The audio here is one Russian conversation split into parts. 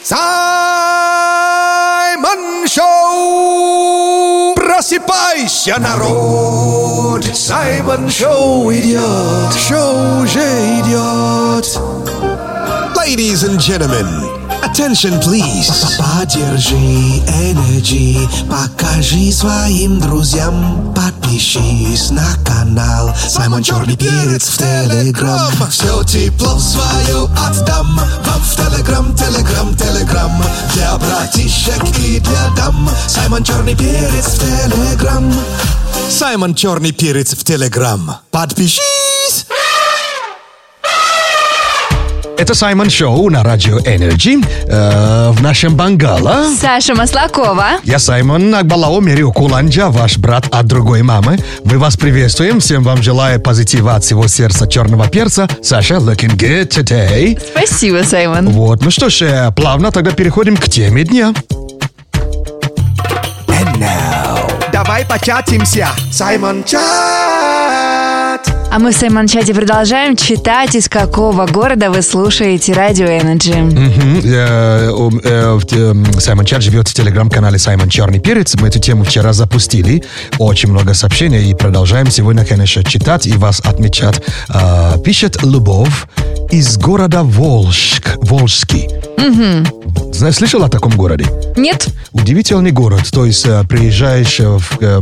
Саймон Шоу! Просыпайся, народ! Саймон Шоу идет! Шоу уже идет! Ladies and gentlemen, attention please! Поддержи Energy, покажи своим друзьям, подпишись на канал Саймон Черный Перец в Телеграм. Все тепло свое отдам вам в Телеграм, Телеграм, Телеграм. Для братишек и для дам Саймон Черный Перец в Телеграм. Саймон Черный Перец в Телеграм. Подпишись! Это Саймон Шоу на радио Energy. В нашем бангало Саша Маслакова. я Саймон Акбалао Мерио Куланджа, ваш брат от другой мамы. Мы вас приветствуем, всем вам желаю позитива от всего сердца черного перца. Саша, looking good today. Спасибо, Саймон. Вот, ну что ж, плавно тогда переходим к теме дня. And now, давай початимся. Саймон Чат. А мы в Саймон Чате продолжаем читать, из какого города вы слушаете радио Energy. Саймон Чат живет в телеграм-канале Саймон Черный Перец. Мы эту тему вчера запустили. Очень много сообщений. И продолжаем сегодня, конечно, читать и вас отмечать. Пишет Любовь из города Волжский. Знаешь, слышал о таком городе? Нет? Удивительный город. То есть приезжаешь в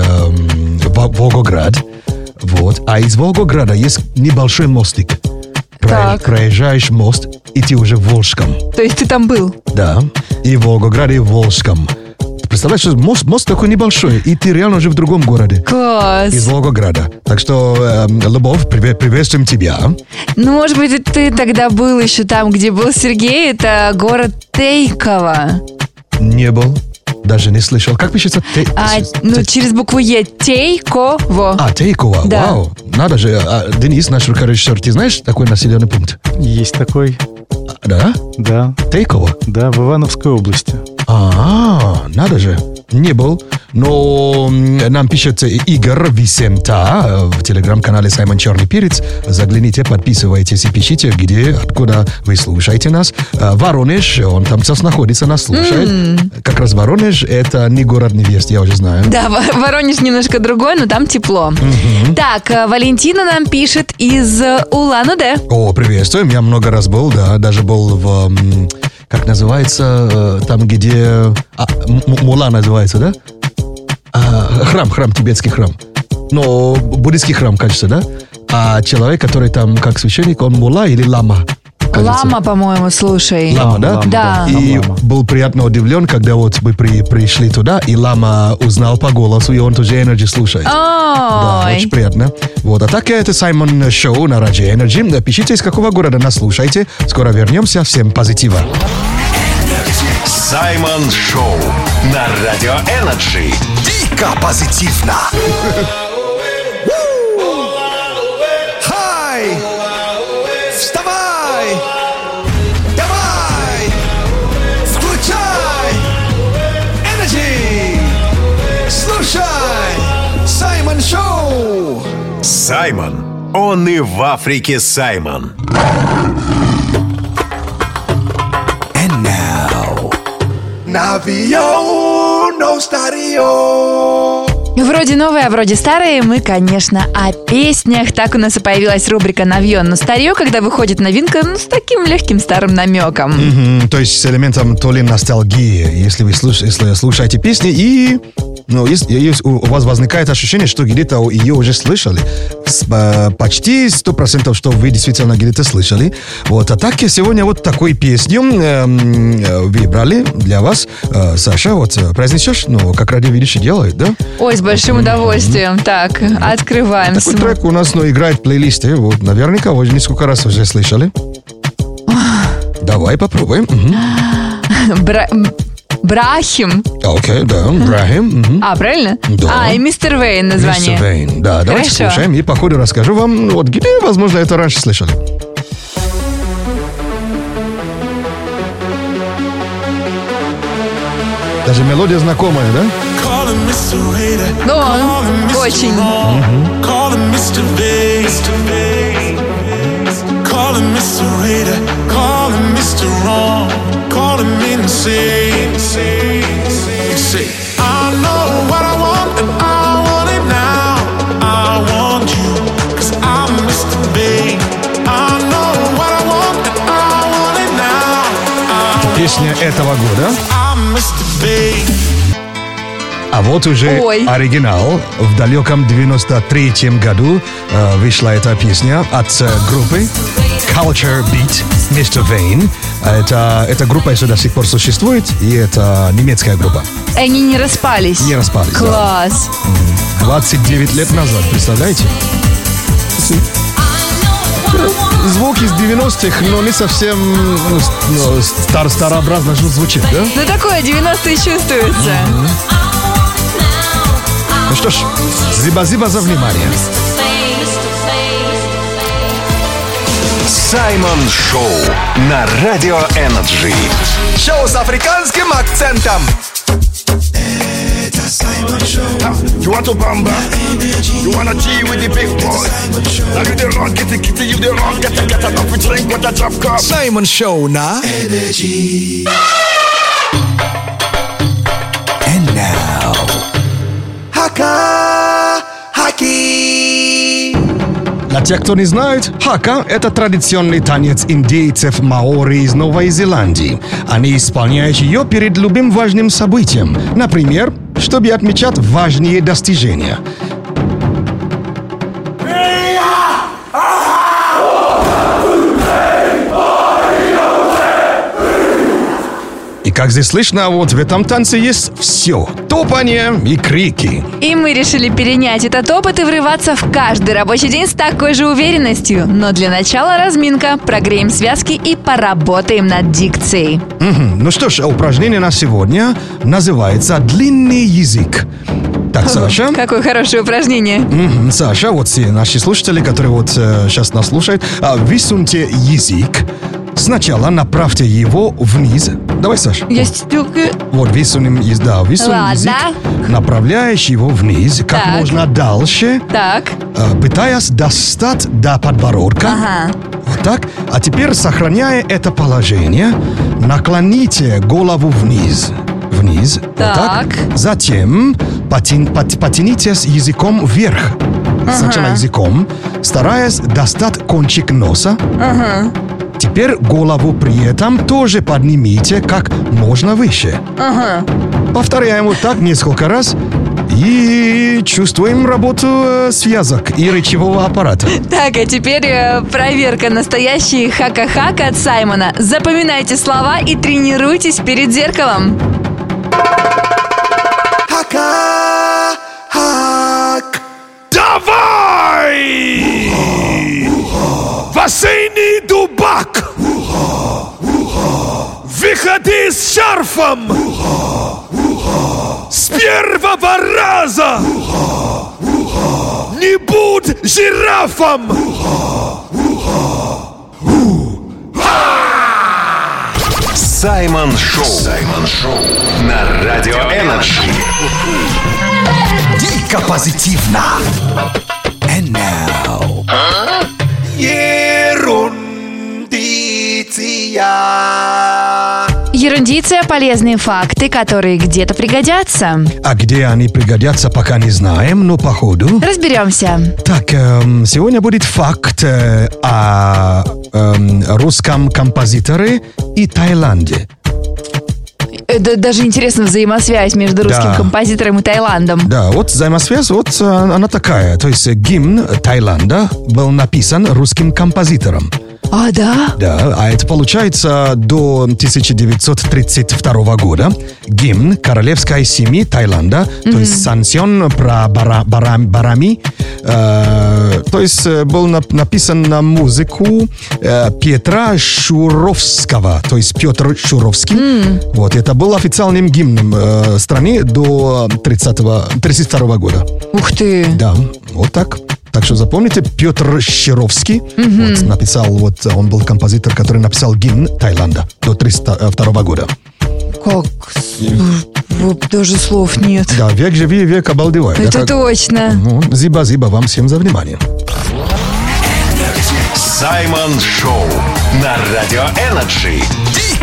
Волгоград, вот, а из Волгограда есть небольшой мостик. Так. Проезжаешь мост, и ты уже в Волжском. То есть ты там был? Да, и в Волгограде, и в Волжском. Ты представляешь, что мост такой небольшой, и ты реально уже в другом городе. Класс. Из Волгограда. Так что, Любовь, приветствуем тебя. Ну, может быть, ты тогда был еще там, где был Сергей. Это город Тейково. Не был, даже не слышал. Как пишется? Через букву Е. Тейково. Тейково. Да. Вау. Надо же. Денис, наш режиссер, ты знаешь такой населенный пункт? Есть такой. Да? Да. Тейково? Да, в Ивановской области. Надо же. Не был. Но нам пишет Игорь Висента в телеграм-канале Саймон Черный Перец. Загляните, подписывайтесь и пишите, откуда вы слушаете нас. Воронеж, он там сейчас находится, нас слушает. Как раз Воронеж, это не город невест, я уже знаю. Да, Воронеж немножко другой, но там тепло. Так, Валентина нам пишет из Улан-Удэ. О, приветствуем. Я много раз был, да. Даже был в... Как называется, там, где... Мула называется, да? Храм, тибетский храм. Но буддийский храм, кажется, да? А человек, который там как священник, он мула или лама? Кажется. Лама, по-моему, слушай. Лама, да? Да. И лама. был приятно удивлен, когда вот мы пришли туда, и лама узнал по голосу, и он тоже Energy слушает. Да, очень приятно. Вот, а так это Саймон Шоу на радио Energy. Пишите, из какого города нас слушаете. Скоро вернемся. Всем позитива. Саймон Шоу на радио Energy. Дико позитивно. Хай! Вставай! Давай! Включай! Energy! Слушай! Саймон Шоу! Саймон. Он и в Африке Саймон. And now. Новье, но старье. Вроде новые, а вроде старые. Мы, конечно, о песнях. Так у нас и появилась рубрика «Новье, но старье», когда выходит новинка, с таким легким старым намеком. То есть с элементом то ли ностальгии, если вы слушаете песни, и у вас возникает ощущение, что где-то ее уже слышали. Почти 100%, что вы действительно где-то слышали. Вот, а так сегодня вот такую песню выбрали для вас. Саша, вот произнесешь, как радиоведущий делает, да? Ой, с большим удовольствием. Так, открываем. Такой трек у нас играет в плейлисте. Вот, наверняка вы несколько раз уже слышали. Давай попробуем. Брахим. Окей, да, Брахим. Правильно? Да. И Мистер Вейн название. Мистер Вейн, да. Давайте Хорошо. слушаем и по ходу расскажу вам, вот где, возможно, это раньше слышали. Даже мелодия знакомая, да? Ну, очень. Call him Mr. Hater, call him Mr. Wrong, call him I know what I want and I want it now. I want you, 'cause I'm Mr. Big. I know what I want and I want it now. Песня этого года. I'm Mr. Big. А вот уже Ой. оригинал. В далеком 93-м году вышла эта песня от группы Culture Beat, Mr. Vane. Эта группа еще до сих пор существует, и это немецкая группа. Они не распались. Не распались. Да. Класс. 29 лет назад, представляете? Звук из 90-х, но не совсем старообразно звучит, да? Ну такое 90-е чувствуется. Ну что ж, зиба-зиба за внимание. Саймон Шоу на Радио Энерджи. Шоу с африканским акцентом. You want to bamba? You wanna G with the big boy? Now you the wrong, get the you the wrong, get enough to drink with a drop cup. Саймон Шоу на Energy. And now, Хака Хаки. Для тех, кто не знает, хака – это традиционный танец индейцев маори из Новой Зеландии. Они исполняют ее перед любым важным событием. Например, чтобы отмечать важные достижения. И как здесь слышно, вот в этом танце есть все. Топание и крики. И мы решили перенять этот опыт и врываться в каждый рабочий день с такой же уверенностью. Но для начала разминка, прогреем связки и поработаем над дикцией. Ну что ж, упражнение на сегодня называется «Длинный язык». Так, Саша. Какое хорошее упражнение. Саша, вот все наши слушатели, которые вот сейчас нас слушают, высуньте язык. Сначала направьте его вниз. Давай, Саша. Вот высунем язык, Ладно. направляешь его вниз, как Так. можно дальше, Так. пытаясь достать до подбородка. Ага. Вот так. А теперь, сохраняя это положение, наклоните голову вниз. Вниз. Вот так. Так. Затем потянитесь языком вверх. Сначала языком, стараясь достать кончик носа. Теперь голову при этом тоже поднимите как можно выше. Повторяем вот так несколько раз. И чувствуем работу связок и речевого аппарата. Так, а теперь проверка настоящей хака-хака от Саймона. Запоминайте слова и тренируйтесь перед зеркалом. Хака Хак. Давай! В осенний дубак! Выходи с шарфом! С первого раза! Не будь жирафом! Саймон Шоу. Саймон Шоу на Радио Энерджи. Дико позитивно. And now, ерундиция. Ерундиция – полезные факты, которые где-то пригодятся. А где они пригодятся, пока не знаем, но по ходу. Разберемся. Так, сегодня будет факт о русском композиторе и Таиланде. Даже интересна взаимосвязь между русским Да. композитором и Таиландом. Да, вот взаимосвязь, вот она такая. То есть гимн Таиланда был написан русским композитором. А, да? Да, а это получается до 1932 года гимн королевской семьи Таиланда, то есть Сансьон про Барами, то есть был написан на музыку Петра Шуровского, то есть Петр Шуровский. Вот, это был официальным гимном страны до 1932 года. Ух ты. Да, вот так. Так что запомните, Петр Шуровский вот, написал, вот он был композитор, который написал гимн Таиланда до 1932 года. Как? Даже слов нет. Да, век живи, век обалдевай. Это Да, как- точно. Ну, зиба-зиба вам всем за внимание. Саймон Шоу на Радио Энерджи. Дико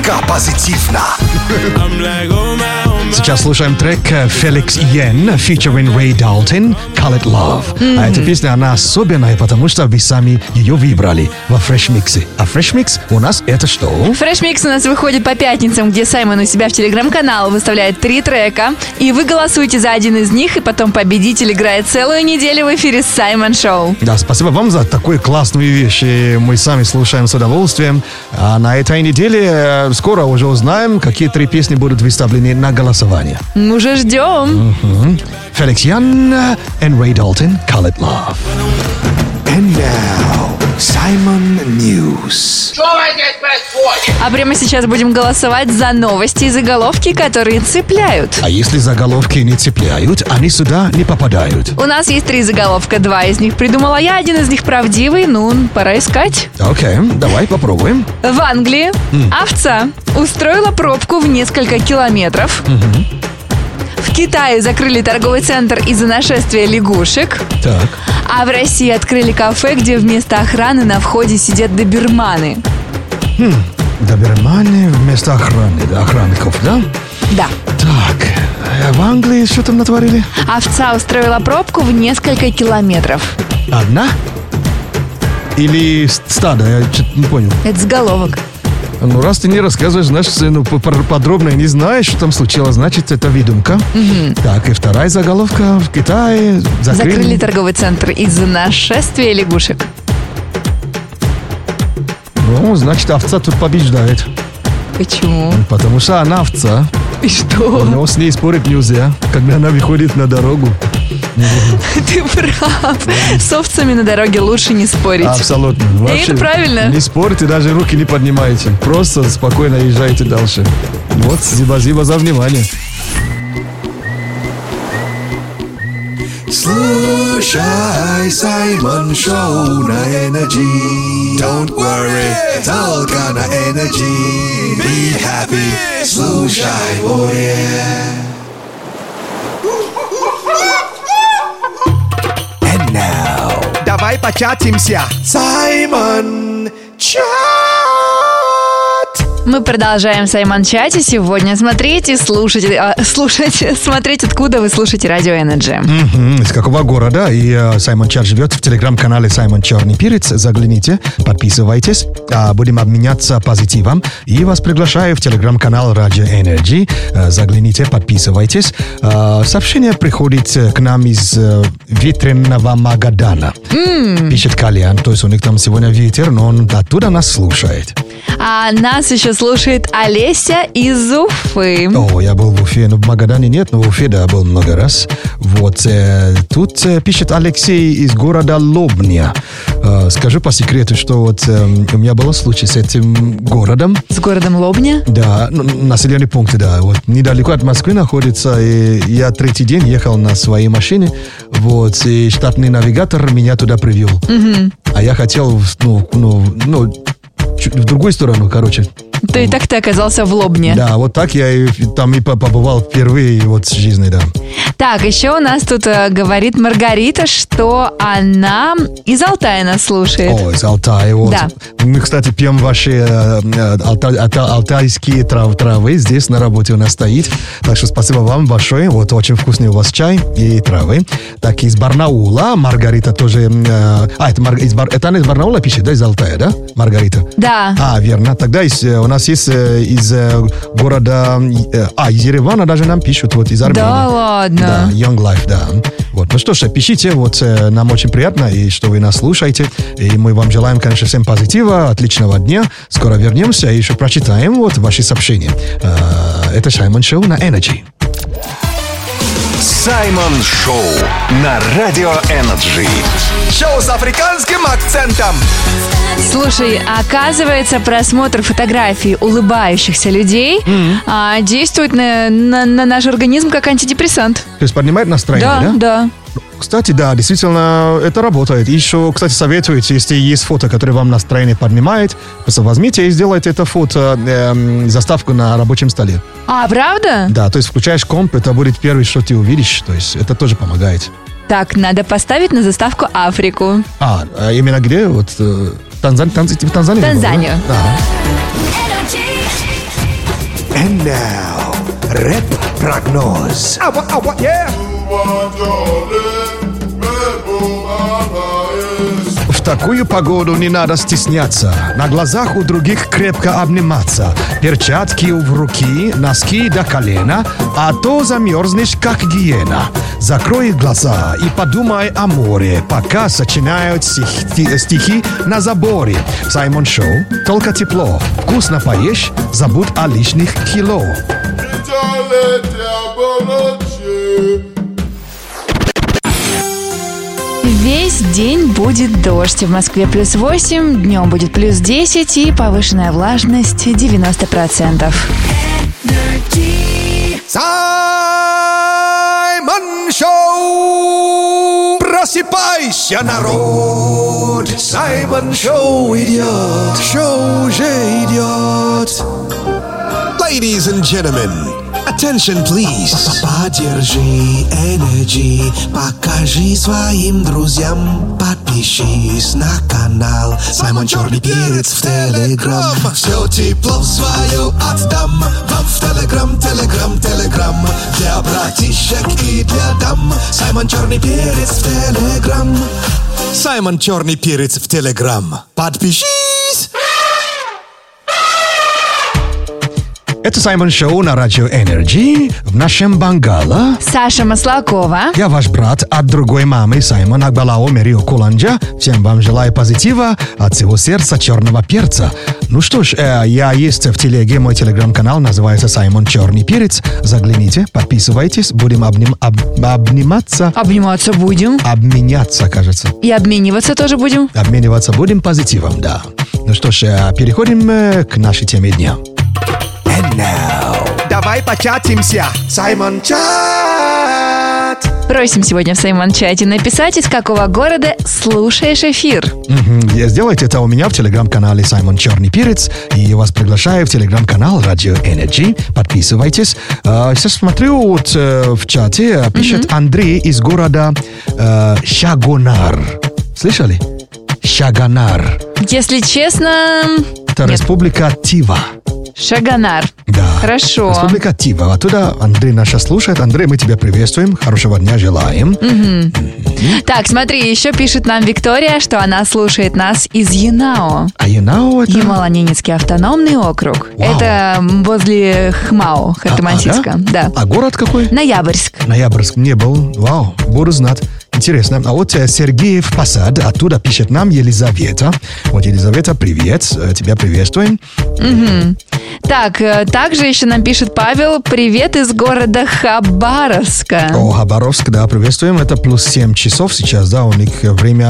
Дико позитивно. I'm like, oh my, oh my. Сейчас слушаем трек Felix Yen featuring Ray Dalton Call It Love. А эта песня, она особенная, потому что вы сами ее выбрали во Fresh Mix. А Fresh Mix у нас это что? Fresh Mix у нас выходит по пятницам, где Саймон у себя в телеграм-канал выставляет 3 трека, и вы голосуете за один из них, и потом победитель играет целую неделю в эфире Саймон Шоу. Да, спасибо вам за такую классную вещь. И мы сами слушаем с удовольствием. А на этой неделе скоро уже узнаем, какие 3 песни будут выставлены на голосование. Мы уже ждем. Felix Yen and Ray Dalton Call It Love. And now, Simon News. А прямо сейчас будем голосовать за новости и заголовки, которые цепляют. А если заголовки не цепляют, они сюда не попадают. У нас есть 3 заголовка, 2 из них придумала я, один из них правдивый, пора искать. Окей, давай попробуем. В Англии овца устроила пробку в несколько километров. В Китае закрыли торговый центр из-за нашествия лягушек. Так. А в России открыли кафе, где вместо охраны на входе сидят доберманы. Доберманы вместо охранников, да? Да. Так, а в Англии что там натворили? Овца устроила пробку в несколько километров. Одна? Или стадо? Я что-то не понял. Это заголовок. Ну, раз ты не рассказываешь, значит, подробно не знаешь, что там случилось, значит, это выдумка. Так, и вторая заголовка. В Китае Закрыли торговый центр из-за нашествия лягушек. Ну, значит, овца тут побеждает. Почему? Потому что она овца. И что? Но с ней спорить нельзя, когда она выходит на дорогу. Ты прав. С овцами на дороге лучше не спорить. Абсолютно. И это правильно. Не спорьте, даже руки не поднимайте. Просто спокойно езжайте дальше. Вот, спасибо за внимание. Слушай Саймон Шоу на Energy. Don't worry, только на Energy. Be happy, слушай, oh yeah. And now, Давай початимся. Саймон Чат. Мы продолжаем в Саймон-чате сегодня смотреть, откуда вы слушаете Радио Energy. Из какого города? И Саймон Чат живет в телеграм-канале Саймон Черный Перец. Загляните, подписывайтесь. Будем обменяться позитивом. И вас приглашаю в телеграм-канал Радио Energy. Загляните, подписывайтесь. Сообщение приходит к нам из ветреного Магадана. Пишет Кальян. То есть у них там сегодня ветер, но он оттуда нас слушает. А нас еще слушает Олеся из Уфы. О, я был в Уфе, но в Магадане нет, но в Уфе, да, был много раз. Вот, тут пишет Алексей из города Лобня. Скажу по секрету, что вот у меня был случай с этим городом. С городом Лобня? Да, населенный пункт, да. Вот, недалеко от Москвы находится, и я 3-й день ехал на своей машине, вот, и штатный навигатор меня туда привел. А я хотел, в другую сторону, короче. Ты оказался в Лобне. Да, вот так я там и побывал впервые вот в жизни, да. Так, еще у нас тут говорит Маргарита, что она из Алтая нас слушает. О, из Алтая, вот. Да. Мы, кстати, пьем ваши алтайские травы. Здесь на работе у нас стоит. Так что спасибо вам большое. Вот очень вкусный у вас чай и травы. Так, из Барнаула Маргарита тоже... это она из Барнаула пишет, да, из Алтая, да, Маргарита? Да. Верно. Тогда у нас есть из города... из Еревана даже нам пишут, вот из Армении. Да ладно? Да, Young Life, да. Вот. Ну что ж, пишите, вот нам очень приятно, и что вы нас слушаете. И мы вам желаем, конечно, всем позитива, отличного дня. Скоро вернемся и еще прочитаем вот ваши сообщения. Это Саймон Шоу на Energy. Саймон Шоу на Радио Energy. Шоу с африканским акцентом. Слушай, оказывается, просмотр фотографий улыбающихся людей действует на наш организм как антидепрессант. То есть поднимает настроение, да? Да. Кстати, да, действительно, это работает. Еще, кстати, советуете, если есть фото, которое вам настроение поднимает, просто возьмите и сделайте это фото, заставку на рабочем столе. А, правда? Да, то есть включаешь комп, это будет первое, что ты увидишь, то есть это тоже помогает. Так, надо поставить на заставку Африку. Именно где? Вот Танзания? Танзанию. Да. And now, рэп-прогноз. Yeah. В такую погоду не надо стесняться. На глазах у других крепко обниматься. Перчатки в руки, носки до колена, а то замерзнешь, как гиена. Закрой глаза и подумай о море, пока сочиняют стихи на заборе. Саймон Шоу, только тепло. Вкусно поешь, забудь о лишних кило. Весь день будет дождь. В Москве +8, днем будет +10 и повышенная влажность 90%. Саймон Шоу! Просыпайся, народ! Саймон Шоу идет! Шоу уже идет! Ladies and gentlemen, attention please! Поддержи Energy, покажи своим друзьям, подпишись на канал Саймон Черный Перец в Телеграм. Все тепло свое отдам вам в Телеграм, Телеграм, Телеграм. Для братишек и для дам Саймон Черный Перец в Телеграм. Саймон Черный Перец в Телеграм. Подпишись! Это Саймон Шоу на Радио Energy. В нашем бангало Саша Маслакова. я ваш брат от другой мамы Саймон Акбалао Мерио Куланджа. Всем вам желаю позитива от всего сердца черного перца. Ну что ж, я есть в телеге, мой телеграм-канал называется Саймон Черный Перец. Загляните, подписывайтесь, будем обниматься. Обниматься будем. Обменяться, кажется. И обмениваться тоже будем. Обмениваться будем позитивом, да. Ну что ж, переходим к нашей теме дня. And now, давай початимся. Саймон Чат. Просим сегодня в Саймон-чате написать, из какого города слушаешь эфир. Сделайте это у меня в телеграм-канале Саймон Черный Перец. И я вас приглашаю в телеграм-канал Radio Energy. Подписывайтесь. Сейчас смотрю, вот в чате пишет Андрей из города Шагонар. Слышали? Шагонар. Если честно... Это Нет. Республика Тива. Шагонар. Да. Хорошо. Республика Тива. Оттуда Андрей наша слушает. Андрей, мы тебя приветствуем. Хорошего дня желаем. Так, смотри, еще пишет нам Виктория, что она слушает нас из Янао. А Янао это... Ямало-Ненецкий автономный округ. Вау. Это возле Хмао, Ханты-Мансийска. Да. А город какой? Ноябрьск. Ноябрьск не был. Вау, буду знать. Интересно. А вот Сергеев Посад, оттуда пишет нам Елизавета. Вот, Елизавета, привет. Тебя приветствуем. Так, также еще нам пишет Павел, привет из города Хабаровска. О, Хабаровск, да, приветствуем. Это +7 часов сейчас, да, у них время...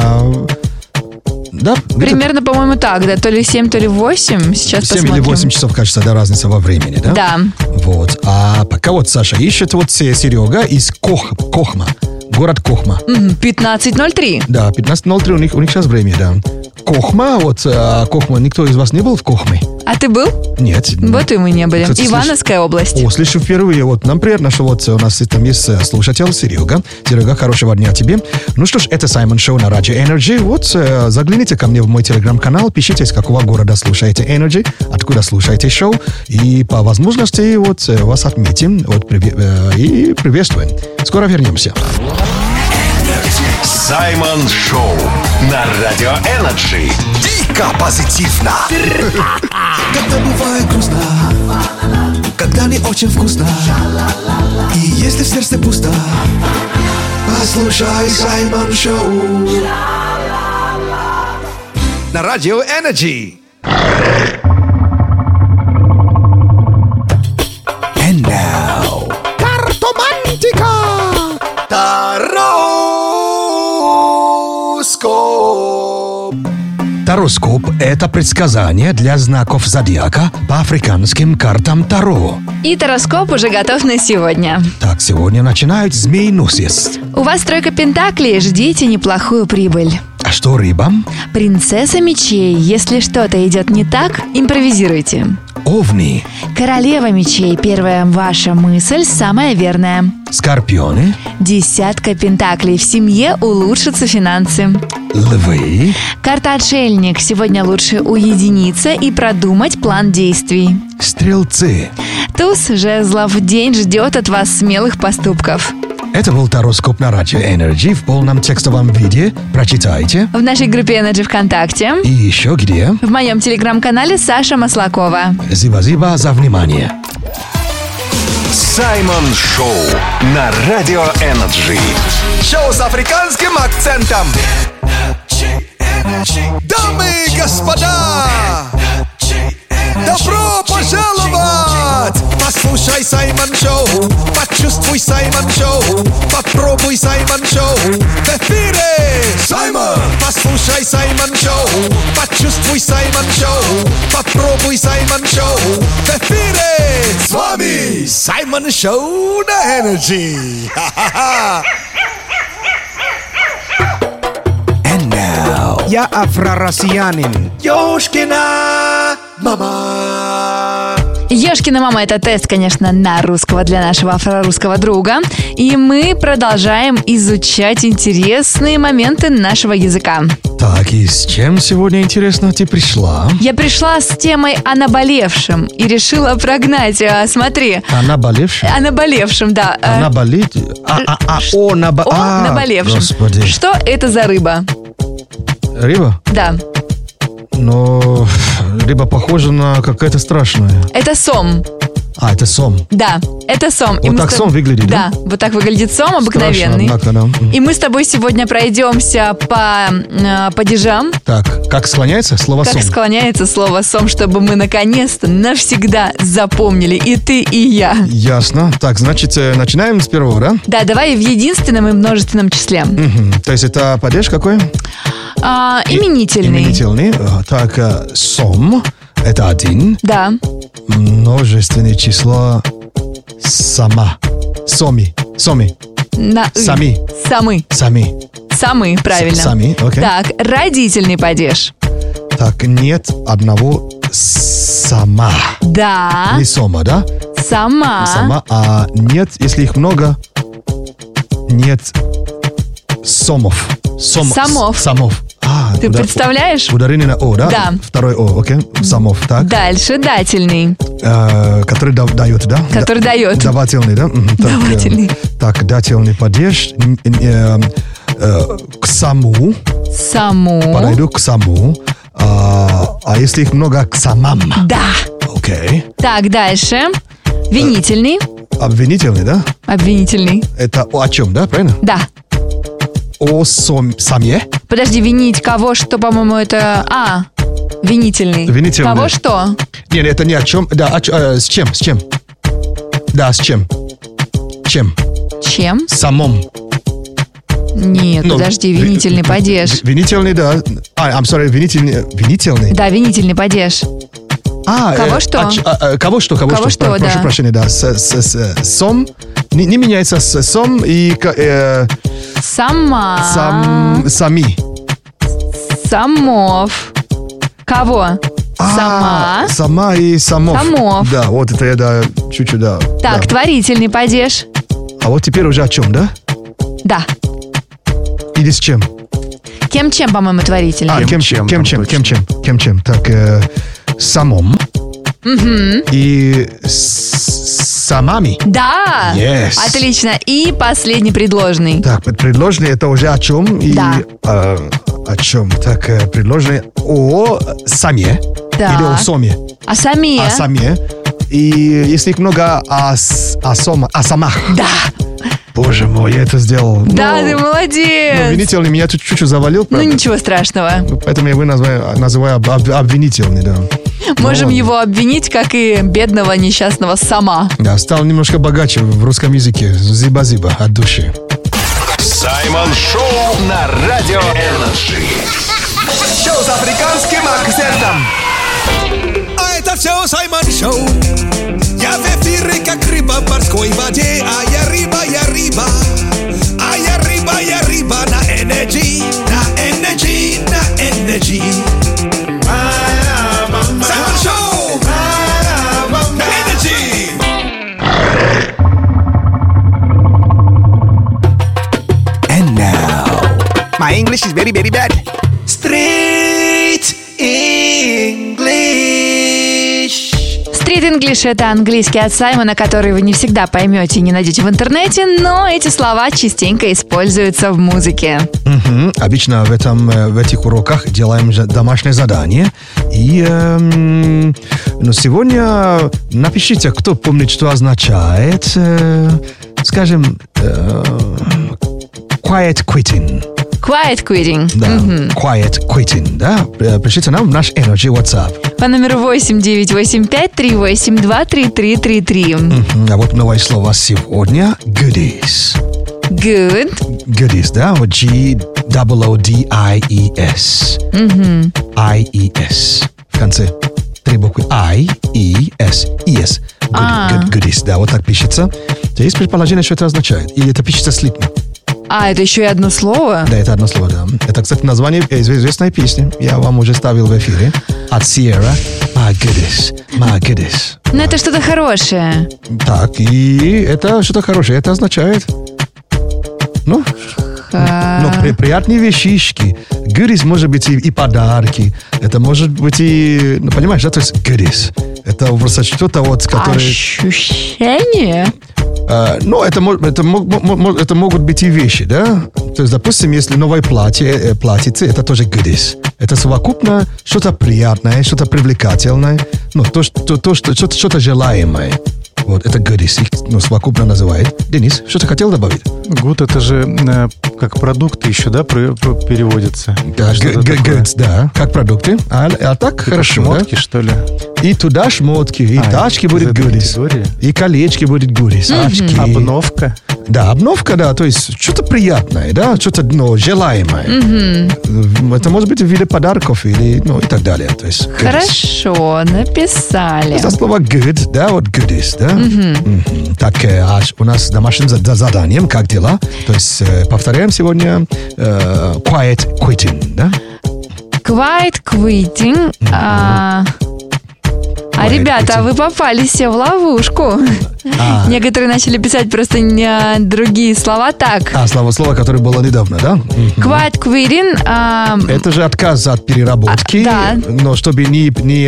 Да, Примерно, по-моему, так, да, то ли 7, то ли 8. Сейчас 7 посмотрим. или 8 часов, кажется, да, разница во времени, да? Да. Вот. А пока вот Саша ищет, вот Серега из Кохма. Город Кохма. 15:03. Да, 15:03 у них сейчас время, да. Кохма, вот Кохма, никто из вас не был в Кохме? А ты был? Нет. Вот и мы не были. Кстати, Ивановская область. О, слышу впервые. Вот нам приятно, что вот у нас там есть слушатель Серега. Серега, хорошего дня тебе. Ну что ж, это Саймон Шоу на Radio Energy. Вот загляните ко мне в мой телеграм-канал, пишите, из какого города слушаете Energy, откуда слушаете шоу. И по возможности вот вас отметим вот, и приветствуем. Скоро вернемся. Саймон Шоу на Радио Энерджи. Дико позитивно. Когда бывает грустно, когда не очень вкусно, и если в сердце пусто, послушай Саймон Шоу на Радио Энерджи. And now, Картомантика. Тароскоп. Тароскоп – это предсказание для знаков зодиака по африканским картам Таро. И тароскоп уже готов на сегодня. Так, сегодня начинают змееносец. У вас тройка пентаклей, ждите неплохую прибыль. А что рыбам? Принцесса мечей, если что-то идет не так, импровизируйте. Овни. Королева мечей. Первая ваша мысль самая верная. Скорпионы. Десятка пентаклей. В семье улучшатся финансы. Львы. Карта отшельник. Сегодня лучше уединиться и продумать план действий. Стрелцы. Туз жезлов. День ждет от вас смелых поступков. Это был тароскоп на Радио Energy в полном текстовом виде. Прочитайте. В нашей группе Energy ВКонтакте. И еще где. В моем телеграм-канале Саша Маслакова. Зиба-зиба за внимание. Саймон Шоу на Радио Energy. Шоу с африканским акцентом. Дамы и господа, добро пожаловать! Послушай Саймон Шоу, почувствуй Саймон Шоу, попробуй Саймон Шоу в эфире. Саймон! Послушай Саймон Шоу, почувствуй Саймон Шоу, попробуй Саймон Шоу в эфире. С вами Саймон Шоу на Energy. And now, я афро-россиянин, Ёшкина мама. Ёшкина мама — это тест, конечно, на русского для нашего афро-русского друга. И мы продолжаем изучать интересные моменты нашего языка. Так, и с чем сегодня, интересно, ты пришла? Я пришла с темой о наболевшем и решила прогнать. Смотри. О наболевшем? О наболевшем, да. О наболеть? О наболевшем. Господи. Что это за рыба? Рыба? Да. Но рыба похожа на какая-то страшная. Это сом. Это сом. Да, это сом. Вот так сом выглядит, да? Да, вот так выглядит сом обыкновенный. Страшно, однако, да. И мы с тобой сегодня пройдемся по падежам. Так, как склоняется слово Как сом? склоняется слово сом, чтобы мы наконец-то навсегда запомнили и ты, и я. Ясно. Так, значит, начинаем с первого, да? Да, давай в единственном и множественном числе. То есть это падеж какой? Именительный. Именительный. Так, сом. Это один. Да. Множественное число сама. Соми. Соми. На «ы». Сами. Самы. Сами. Самы, правильно. Сами, окей. Так, родительный падеж. Так, нет одного сама. Да. Не сома, да? Сама. Сама. А нет, если их много, нет сомов. Самов. Самов. Ты представляешь? Ударение на О, да? Да. Второй О, окей. Самов, так. Дальше дательный. Который дает, да? Который дает. Давательный, да? Так, Давательный. Так, дательный падеж. К саму. Саму. Подойду к саму. А если их много, к самам. Да. Окей. Так, дальше. Винительный. Обвинительный, да? Обвинительный. Это о чем, да? Правильно? Да. О саме. Подожди, винить кого, что, по-моему, это... винительный. Винительный. Кого что? Нет, это не о чем. Да, с чем? С чем? Да, с чем? Чем? Чем? Самом. Нет, подожди, винительный падеж. Винительный, да. I'm sorry, винительный. Да, винительный падеж. Кого что? Кого что? Кого что, да. Прошу прощения, да. Сом. Не меняется с сом и... Сама. Сами. Самов. Кого? Сама. Сама и самов. Самов. Да, вот это я, да, чуть-чуть, да. Так, да. творительный падеж. А вот теперь уже о чем, да? Да. Или с чем? Кем-чем, по-моему, творительный? Кем-чем. Так, самом. И самами. Да. Yes. Отлично. И последний предложный. Так, предложенный это уже о чем? И, Да. О чем? Так, предложенный о саме. Да. Или о соме. А сами? О саме. И если их много, о самах. Да. Боже мой, я это сделал. Да, ты молодец. Обвинительный меня тут чуть-чуть завалил, правда? ничего страшного. Поэтому я его называю обвинительный, да. Можем его обвинить, как и бедного несчастного сама. Да, стал немножко богаче в русском языке. Зиба-зиба от души. Саймон Шоу на Радио Energy. Шоу с африканским акцентом. А это все Саймон Шоу. Я в эфире, как рыба в морской воде. А я рыба, я рыба. А я рыба, я рыба. На Energy, на Energy, на Energy. Саймон Шоу. English is very, very bad. Street English. Street English — это английский от Саймона, который вы не всегда поймете и не найдете в интернете, но эти слова частенько используются в музыке. Обычно в этих уроках делаем домашнее задание. Но сегодня напишите, кто помнит, что означает, скажем, quiet quitting. Quiet quitting. Да, quiet quitting, да. Пишите нам в наш Energy WhatsApp. По номеру 8985-382-3333. А вот новое слово сегодня. Goodies. Good. Goodies, да. Вот G-O-O-D-I-E-S. I-E-S. В конце три буквы. I-E-S. E-S. Goodies, да, вот так пишется. Есть предположение, что это означает? Или это пишется слитно? Это еще и одно слово? Да, это одно слово, да. Это, кстати, название известной песни. Я вам уже ставил в эфире. От Sierra. My goodness, my goodness. Но это что-то хорошее. Так, и это что-то хорошее. Это означает... приятные вещички. Goodies может быть и подарки. Это может быть и... понимаешь, да? То есть goodies. Это просто что-то вот, которое... Ощущение? Это могут быть и вещи, да? То есть, допустим, если новое платьице, это тоже goodies. Это совокупно что-то приятное, что-то привлекательное, что-то желаемое. Вот, это goodies, их совокупно называют. Денис, что ты хотел добавить? Good — это же как продукты еще, да, переводится? Да, goods, да, как продукты. А так это хорошо, шмотки, да? что ли? И туда шмотки, и тачки будет goodies. И колечки будет goodies, очки. Обновка. Да, обновка, да, то есть что-то приятное, да, что-то желаемое. Это может быть в виде подарков или, и так далее. То есть, Хорошо, написали. это слово good, да, вот goodies, да. Так, у нас домашним заданием, как дела? То есть повторяем сегодня quiet quitting, да? Quiet quitting. Ребята, вы попали все в ловушку. Некоторые начали писать просто другие слова так. Слово, которое было недавно, да? Quiet quitting. Это же отказ от переработки, да. Но чтобы не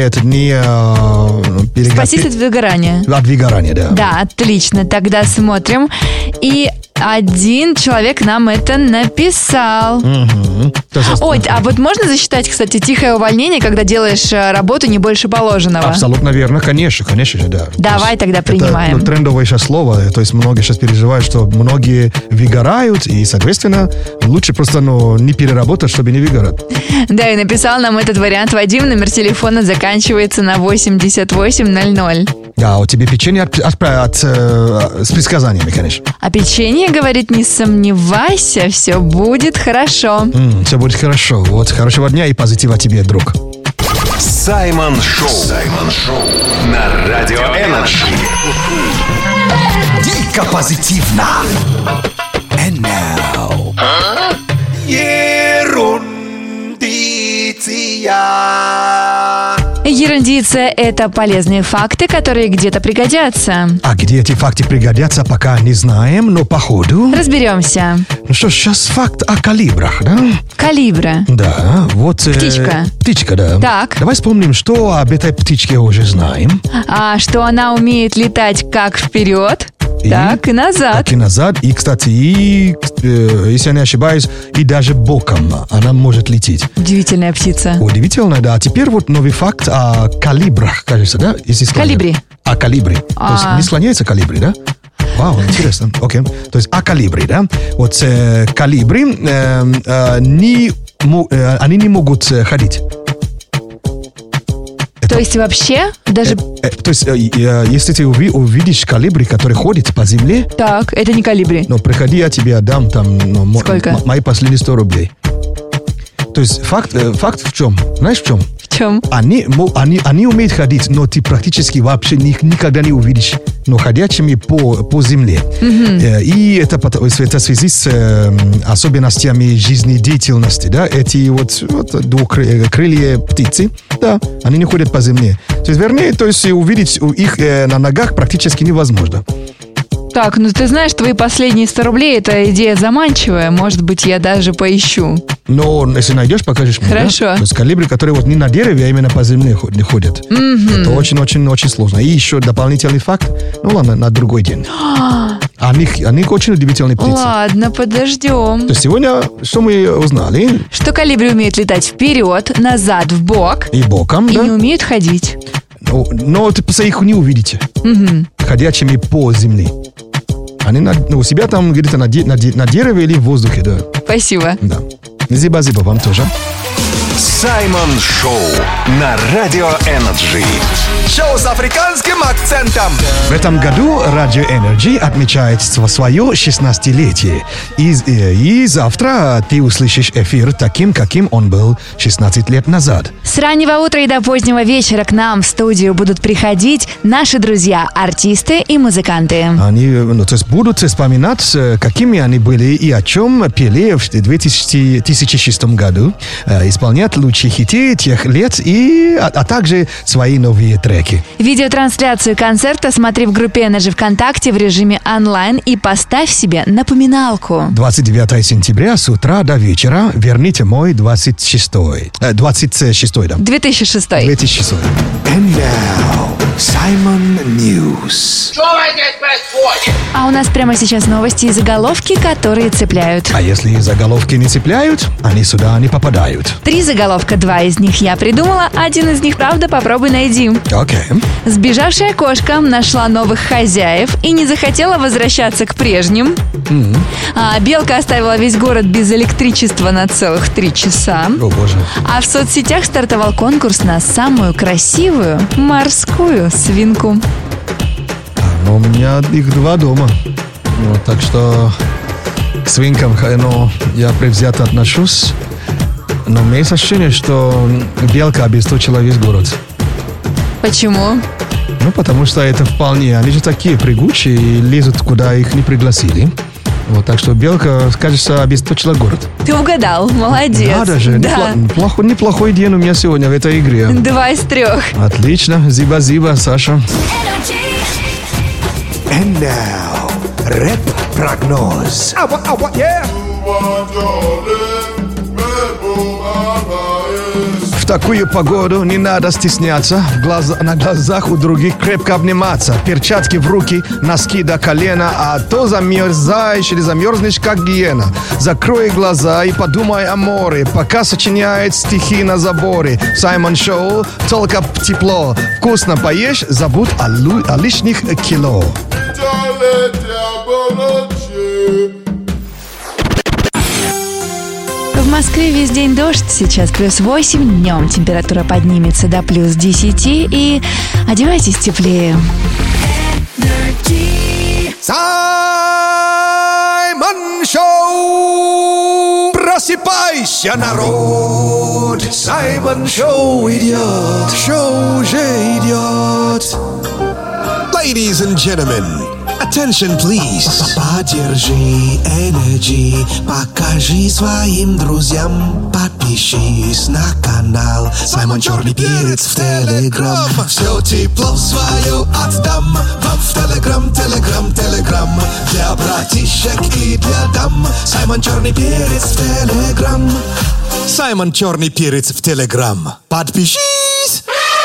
Спастись от выгорания. От выгорания, да. Да, отлично. Тогда смотрим. И один человек нам это написал. Ой, а вот можно засчитать, кстати, тихое увольнение, когда делаешь работу не больше положенного? Абсолютно верно, конечно же, да. Давай тогда принимаем. Это трендовое сейчас слово, то есть многие сейчас переживают, что многие выгорают, и, соответственно, лучше просто не переработать, чтобы не выгорать. Да, и написал нам этот вариант Вадим, номер телефона заканчивается на 8800. Да, у тебя печенье с предсказаниями, конечно. А печенье говорит: не сомневайся, все будет хорошо. Все будет хорошо. Вот, хорошего дня и позитива тебе, друг. Саймон Шоу. На Радио Энерджи. Дико позитивно. And now. Ерундиция — это полезные факты, которые где-то пригодятся. А где эти факты пригодятся, пока не знаем, но по ходу... Разберемся. Ну что ж, сейчас факт о калибрах, да? Калибра. Да, вот... Птичка. Птичка, да. Так. Давай вспомним, что об этой птичке уже знаем. Что она умеет летать как вперед, так и назад. Так и назад. И, кстати, если я не ошибаюсь, и даже боком она может лететь. Удивительная птица. Удивительно, да. А теперь вот новый факт о калибрах, кажется, да? Калибри. О калибре. То есть не слоняется калибри, да? Вау, интересно. Окей. То есть о калибре, да? Вот калибри, они не могут ходить. То есть вообще даже... То есть если ты увидишь калибри, который ходит по земле... Так, это не калибри. Но приходи, я тебе отдам там... Сколько? Мои последние 100 рублей. То есть факт в чем? Знаешь в чем? В чем? Они умеют ходить, но ты практически вообще никогда не увидишь, но ходячими по земле. И это в связи с особенностями жизнедеятельности, да, эти вот двухкрылья птицы, да, они не ходят по земле. То есть, вернее, увидеть их на ногах практически невозможно. То Так, ну ты знаешь, твои последние 100 рублей, это идея заманчивая. Может быть, я даже поищу. Но если найдешь, покажешь мне. Хорошо. Да? То есть колибри, которые вот не на дереве, а именно по земле ходят. Это очень-очень-очень сложно. И еще дополнительный факт, ну ладно, на другой день. Они очень удивительные птицы. Ладно, подождем. То есть сегодня что мы узнали? Что колибри умеют летать вперед, назад, в бок И боком, и да? не умеют ходить. Но вы их не увидите. Ходячими по земле. Они у себя там где-то на дереве или в воздухе, да. Спасибо. Да. Зиба-зиба вам тоже. Саймон Шоу на Радио Энерджи. Шоу с африканским акцентом. В этом году Radio Energy отмечает свое 16-летие. И завтра ты услышишь эфир таким, каким он был 16 лет назад. С раннего утра и до позднего вечера к нам в студию будут приходить наши друзья, артисты и музыканты. Они то есть будут вспоминать, какими они были и о чем пели в 2006 году, исполнять лучшие хиты тех лет, а также свои новые треки. Видеотрансляцию концерта смотри в группе Energy ВКонтакте в режиме онлайн и поставь себе напоминалку. 29 сентября с утра до вечера верните мой 26 да. 2006. 2006. And now, Simon News. А у нас прямо сейчас новости и заголовки, которые цепляют. А если заголовки не цепляют, они сюда не попадают. 3 заголовка, 2 из них я придумала, 1 из них, правда, попробуй найди. Окей. Сбежавшая кошка нашла новых хозяев и не захотела возвращаться к прежним. А белка оставила весь город без электричества на целых 3 часа. О, боже. А в соцсетях стартовал конкурс на самую красивую морскую свинку. Но у меня их 2 дома. Вот, так что к свинкам я предвзято отношусь. Но у меня есть ощущение, что белка обесточила весь город. Почему? Ну, потому что это вполне... Они же такие прыгучие и лезут, куда их не пригласили. Вот, так что белка, кажется, обесточила город. Ты угадал, молодец. Надо же, Да. неплохой день у меня сегодня в этой игре. 2 из 3. Отлично, зиба-зиба, Саша. And now, рэп-прогноз. В такую погоду не надо стесняться, на глазах у других крепко обниматься, перчатки в руки, носки до колена, а то замерзаешь или замерзнешь, как гиена. Закрой глаза и подумай о море, пока сочиняет стихи на заборе. Саймон Шоу, только тепло, вкусно поешь, забудь о лишних кило. В Москве весь день дождь, сейчас +8, днем температура поднимется до +10 и одевайтесь теплее. Саймон Шоу! Просыпайся, народ! Саймон Шоу идет! Шоу уже идет! Ladies and gentlemen, attention please! Поддержи Energy, покажи своим друзьям, подпишись на канал Саймон Черный Перец в Телеграм. Все тепло свое отдам вам в Телеграм, Телеграм, Телеграм. Для братишек и для дам Саймон Черный Перец в Телеграм. Саймон Черный Перец в Телеграм. Подпишись!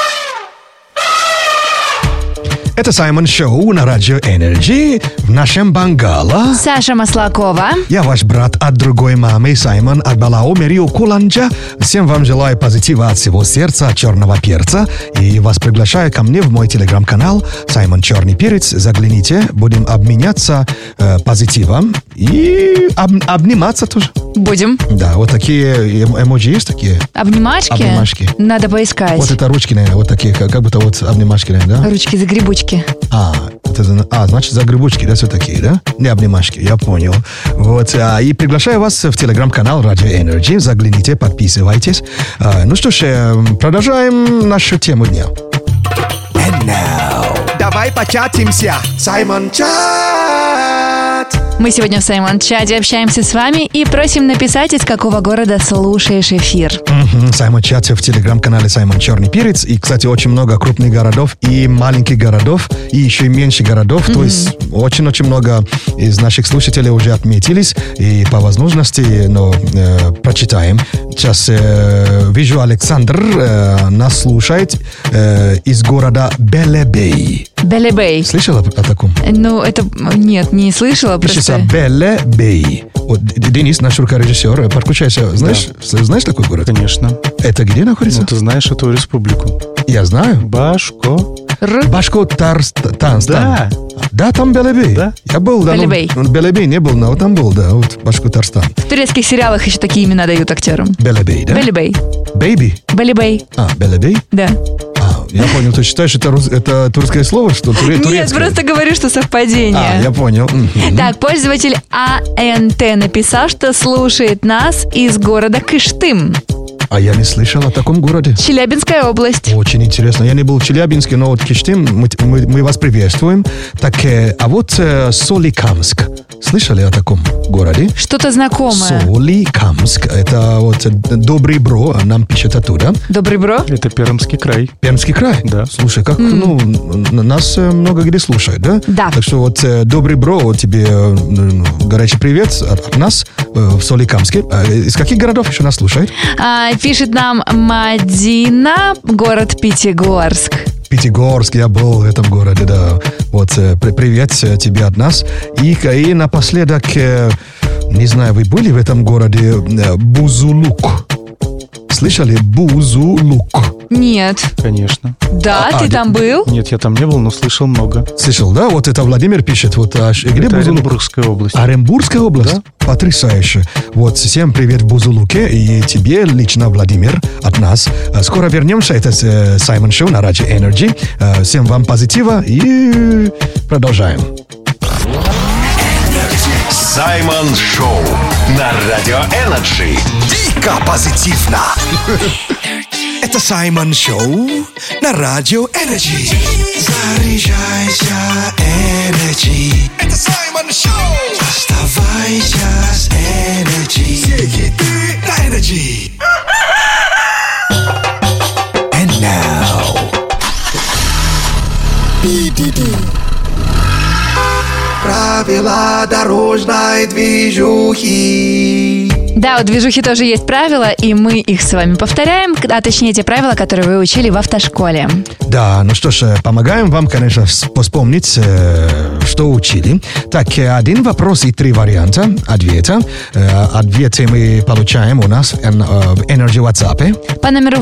Это Саймон Шоу на Радио Энерджи в нашем Бангала. Саша Маслакова. Я ваш брат от другой мамы, Саймон Акбалао Мерио Куланджа. Всем вам желаю позитива от всего сердца, от черного перца. И вас приглашаю ко мне в мой телеграм-канал Саймон Черный Перец. Загляните, будем обменяться позитивом и обниматься тоже. Будем. Да, вот такие эмоджи есть такие. Обнимашки? Обнимашки. Надо поискать. Вот это ручки, наверное, вот такие, как будто вот обнимашки, наверное, да? Ручки-загребучки. Значит, загребучки, да, все такие, да? Не обнимашки, я понял. Вот, и приглашаю вас в телеграм-канал Radio Energy. Загляните, подписывайтесь. Ну что ж, продолжаем нашу тему дня. And now, Давай початимся, Саймон Чат! Мы сегодня в Саймон-чате общаемся с вами и просим написать, из какого города слушаешь эфир. Саймон Чат в телеграм-канале Саймон Черный Перец. И, кстати, очень много крупных городов и маленьких городов, и еще и меньше городов. То есть очень-очень много из наших слушателей уже отметились, и по возможности, прочитаем. Сейчас вижу, Александр нас слушает из города Белебей. Белебей. Слышала о таком? Это... Нет, не слышала. Пишется просто... Белебей. Вот, Денис, наш рукорежиссер, подключайся. Знаешь такой город? Конечно. Это где находится? Ну, ты знаешь эту республику. Я знаю. Башкортостан. Да. Да, там Белебей. Да. Я был, да. Белебей. Белебей не был, но там был, да, вот Башкортостан. В турецких сериалах еще такие имена дают актерам. Белебей, да? Белебей. Бэйби? Белебей. Белебей? Да. Я понял, ты считаешь, это турецкое слово, что турецкое? Нет, просто говорю, что совпадение. Я понял. Так, пользователь АНТ написал, что слушает нас из города Кыштым. А я не слышал о таком городе. Челябинская область. Очень интересно. Я не был в Челябинске, но вот Кыштым, мы вас приветствуем. Так, а вот Соликамск. Слышали о таком городе? Что-то знакомое. Соликамск. Это вот Добрый Бро, нам пишет оттуда. Добрый Бро? Это Пермский край. Пермский край? Да. Слушай, как, нас много где слушают, да? Да. Так что вот Добрый Бро, вот тебе горячий привет от нас в Соликамске. Из каких городов еще нас слушают? Пишет нам Мадина, город Пятигорск. Пятигорск, я был в этом городе, да. Вот, привет тебе от нас. И напоследок, не знаю, вы были в этом городе Бузулук? Слышали? Бузулук. Нет. Конечно. Да, ты там был? Нет, я там не был, но слышал много. Слышал, да? Вот это Владимир пишет. Вот, где это Бузулук? Оренбургская область. Оренбургская область? Да. Потрясающе. Вот, всем привет в Бузулуке. И тебе лично, Владимир, от нас. Скоро вернемся. Это Саймон Шоу на Радио Energy. Всем вам позитива и продолжаем. Саймон Шоу на Радио Energy. Дико позитивно. Это Саймон Шоу на Радио Energy. Заряжайся, Energy. Это Саймон Шоу. Оставайся с Energy. Все хиты на Energy. And now. Правила дорожной движухи. Да, у движухи тоже есть правила, и мы их с вами повторяем, а точнее те правила, которые вы учили в автошколе. Да, ну что ж, помогаем вам, конечно, вспомнить, что учили. Так, один вопрос и 3 варианта ответа. Ответы мы получаем у нас в Energy WhatsApp. По номеру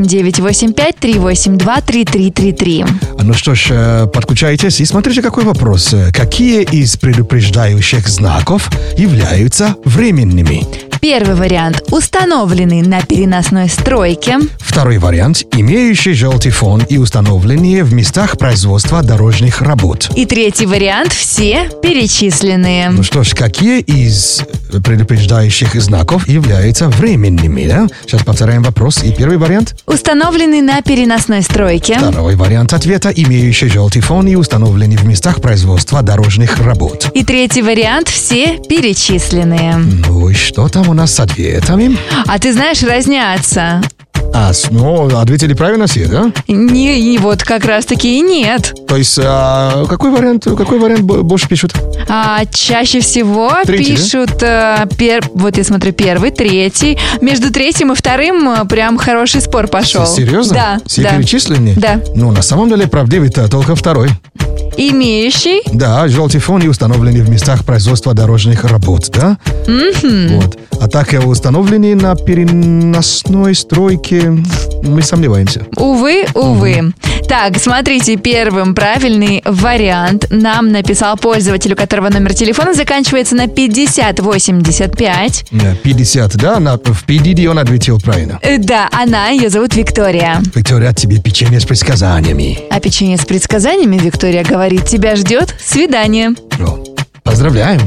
8985-382-3333. Ну что ж, подключайтесь и смотрите, какой вопрос. Какие из предупреждающих знаков являются временными? Первый вариант – установленный на переносной стройке. Второй вариант – имеющий желтый фон и установленные в местах производства дорожных работ. И третий вариант – все перечисленные. Ну что ж, какие из предупреждающих знаков являются временными? Да? Сейчас повторяем вопрос. И первый вариант? Установленный на переносной стройке. Второй вариант ответа – имеющий желтый фон и установленный в местах производства дорожных работ. И третий вариант – все перечисленные. Ну и что там у нас с ответами? А ты знаешь, разнятся. Ответили правильно все, да? Не, вот как раз-таки и нет. То есть, какой вариант больше пишут? Чаще всего Третий, пишут, вот я смотрю, первый, третий. Между третьим и вторым прям хороший спор пошел. Серьезно? Да. Все да. перечислены? Да. Ну, на самом деле, правдивый-то только второй. Имеющий? Да, желтый фон и установленный в местах производства дорожных работ, да? Вот. А так установленный на переносной стройке, мы сомневаемся. Увы. Так, смотрите, первым правильный вариант нам написал пользователь, у которого номер телефона заканчивается на 5085. 50, да? В 50 он ответил правильно. Да, ее зовут Виктория. Виктория, тебе печенье с предсказаниями. А печенье с предсказаниями, Виктория говорит, тебя ждет свидание. Поздравляем.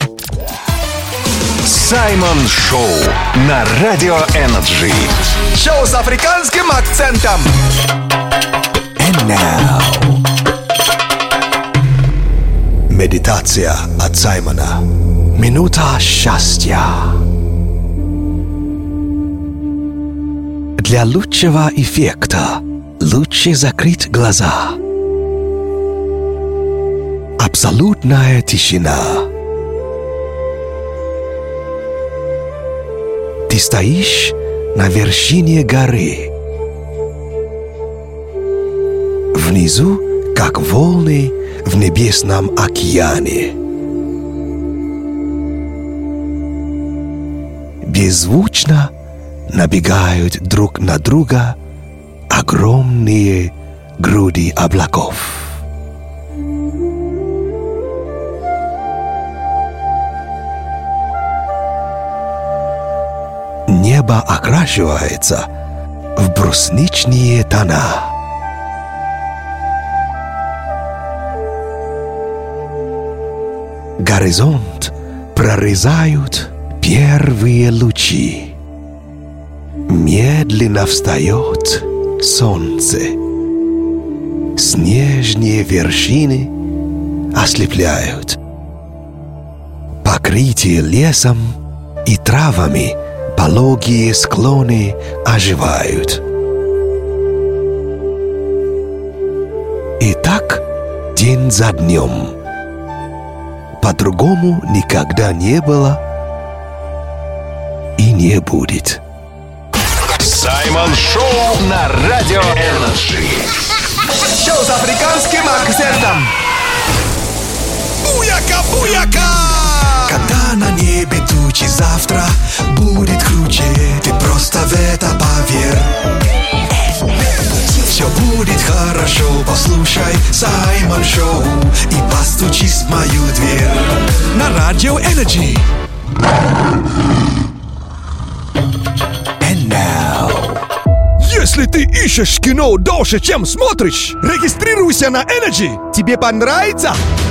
Саймон Шоу на Радио Energy. Шоу с африканским акцентом. And now. Медитация от Саймона. Минута счастья. Для лучшего эффекта лучше закрыть глаза. Абсолютная тишина. Ты стоишь на вершине горы. Внизу, как волны в небесном океане. Беззвучно набегают друг на друга огромные груди облаков. Небо окрашивается в брусничные тона. Горизонт прорезают первые лучи. Медленно встает солнце. Снежные вершины ослепляют. Покрытие лесом и травами пологие склоны оживают. И так день за днем. По-другому никогда не было и не будет. Саймон Шоу на Радио Энерджи. Шоу с африканским акцентом. Буяка, буяка! Когда на небе тучи, завтра будет круче. Ты просто в это поверь. Все будет хорошо, послушай Саймон Шоу и постучись в мою дверь. На Радио Энерджи. And now. Если ты ищешь кино дольше, чем смотришь, регистрируйся на Energy. Тебе понравится?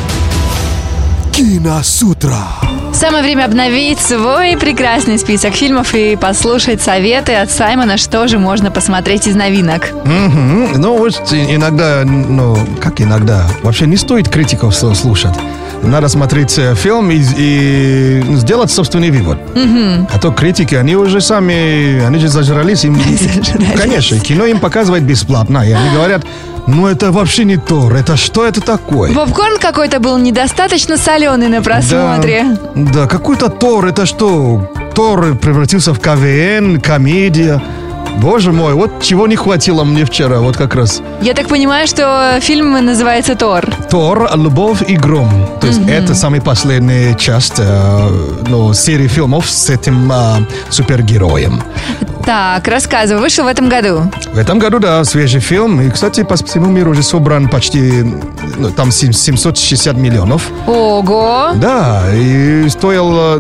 Киносутра. Самое время обновить свой прекрасный список фильмов и послушать советы от Саймона, что же можно посмотреть из новинок. Ну, вот иногда, как иногда, вообще не стоит критиков слушать. Надо смотреть фильм и сделать собственный вывод. А то критики, они же зажрались. Конечно, кино им показывают бесплатно. И они говорят, это вообще не Тор. Это что это такое? Попкорн какой-то был недостаточно соленый на просмотре. Да, какой-то Тор. Это что? Тор превратился в КВН, комедия. Боже мой, вот чего не хватило мне вчера, вот как раз. Я так понимаю, что фильм называется «Тор». «Тор. Любовь и гром». То есть это самая последняя часть серии фильмов с этим супергероем. Так, рассказывай, вышел в этом году? В этом году, да, свежий фильм. И, кстати, по всему миру уже собран почти, там 760 миллионов. Ого! Да, и стоил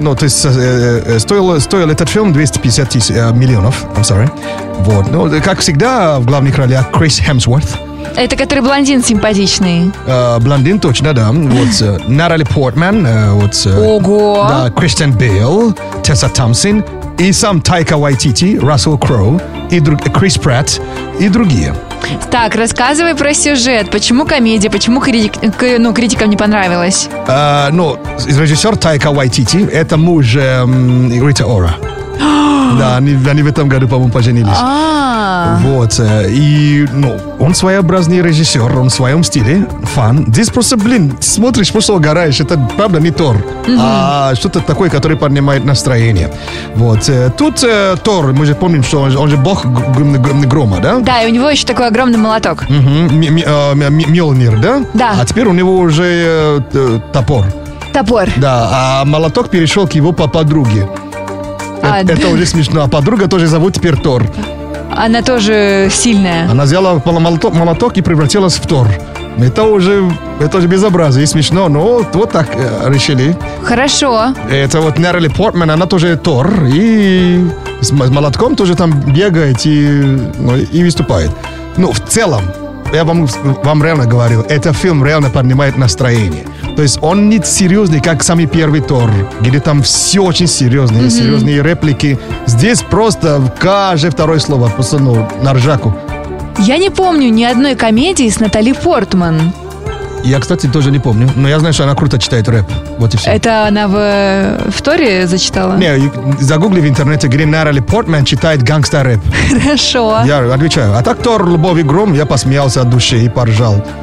этот фильм 250 миллионов. I'm sorry. Вот, как всегда, в главных ролях Крис Хемсворт. Это который блондин симпатичный. Блондин, точно, да. Вот Натали Портман. Ого! Да, Кристиан Бейл, Тесса Томпсон и сам Тайка Вайтити, Рассел Кроу, и Крис Пратт и другие. Так, рассказывай про сюжет. Почему комедия? Почему критикам не понравилось? Режиссер Тайка Вайтити — это муж Рита Ора. Да, они в этом году, по-моему, поженились. Вот. И, он своеобразный режиссер, он в своем стиле, фан. Здесь просто, ты смотришь, просто угораешь. Это, правда, не Тор, а что-то такое, которое поднимает настроение. Вот. Тут Тор, мы же помним, что он же бог грома, да? Да, и у него еще такой огромный молоток. Мьёльнир, да? Да. А теперь у него уже топор. Топор. Да, а молоток перешел к его подруге. Это уже смешно. А подруга тоже зовут теперь Тор. Она тоже сильная. Она взяла молоток и превратилась в Тор. Это уже безобразие и смешно, но вот так решили. Хорошо. Это вот Натали Портман, она тоже Тор. И с молотком тоже там бегает и выступает. В целом, я вам реально говорю, этот фильм реально поднимает настроение. То есть он не серьезный, как самый первый Тор, где там все очень серьезные, серьезные реплики. Здесь просто каждое второе слово просто на ржаку. Я не помню ни одной комедии с Натали Портман. Я, кстати, тоже не помню, но я знаю, что она круто читает рэп. Вот и все. Это она в Торе зачитала? Не, загугли в интернете, где Натали Портман читает гангста-рэп. Хорошо. Я отвечаю. А так Тор, Любовь и гром, я посмеялся от души и поржал.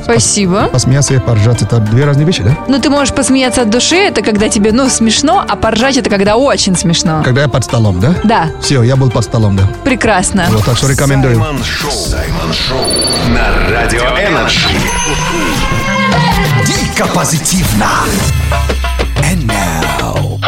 Спасибо. Посмеяться и поржать — это две разные вещи, да? Ну, ты можешь посмеяться от души, это когда тебе, смешно, а поржать это когда очень смешно. Когда я под столом, да? Да. Все, я был под столом, да. Прекрасно. Вот, так что рекомендую. Саймон Шоу на Радио Энерджи. Дико позитивно. And now.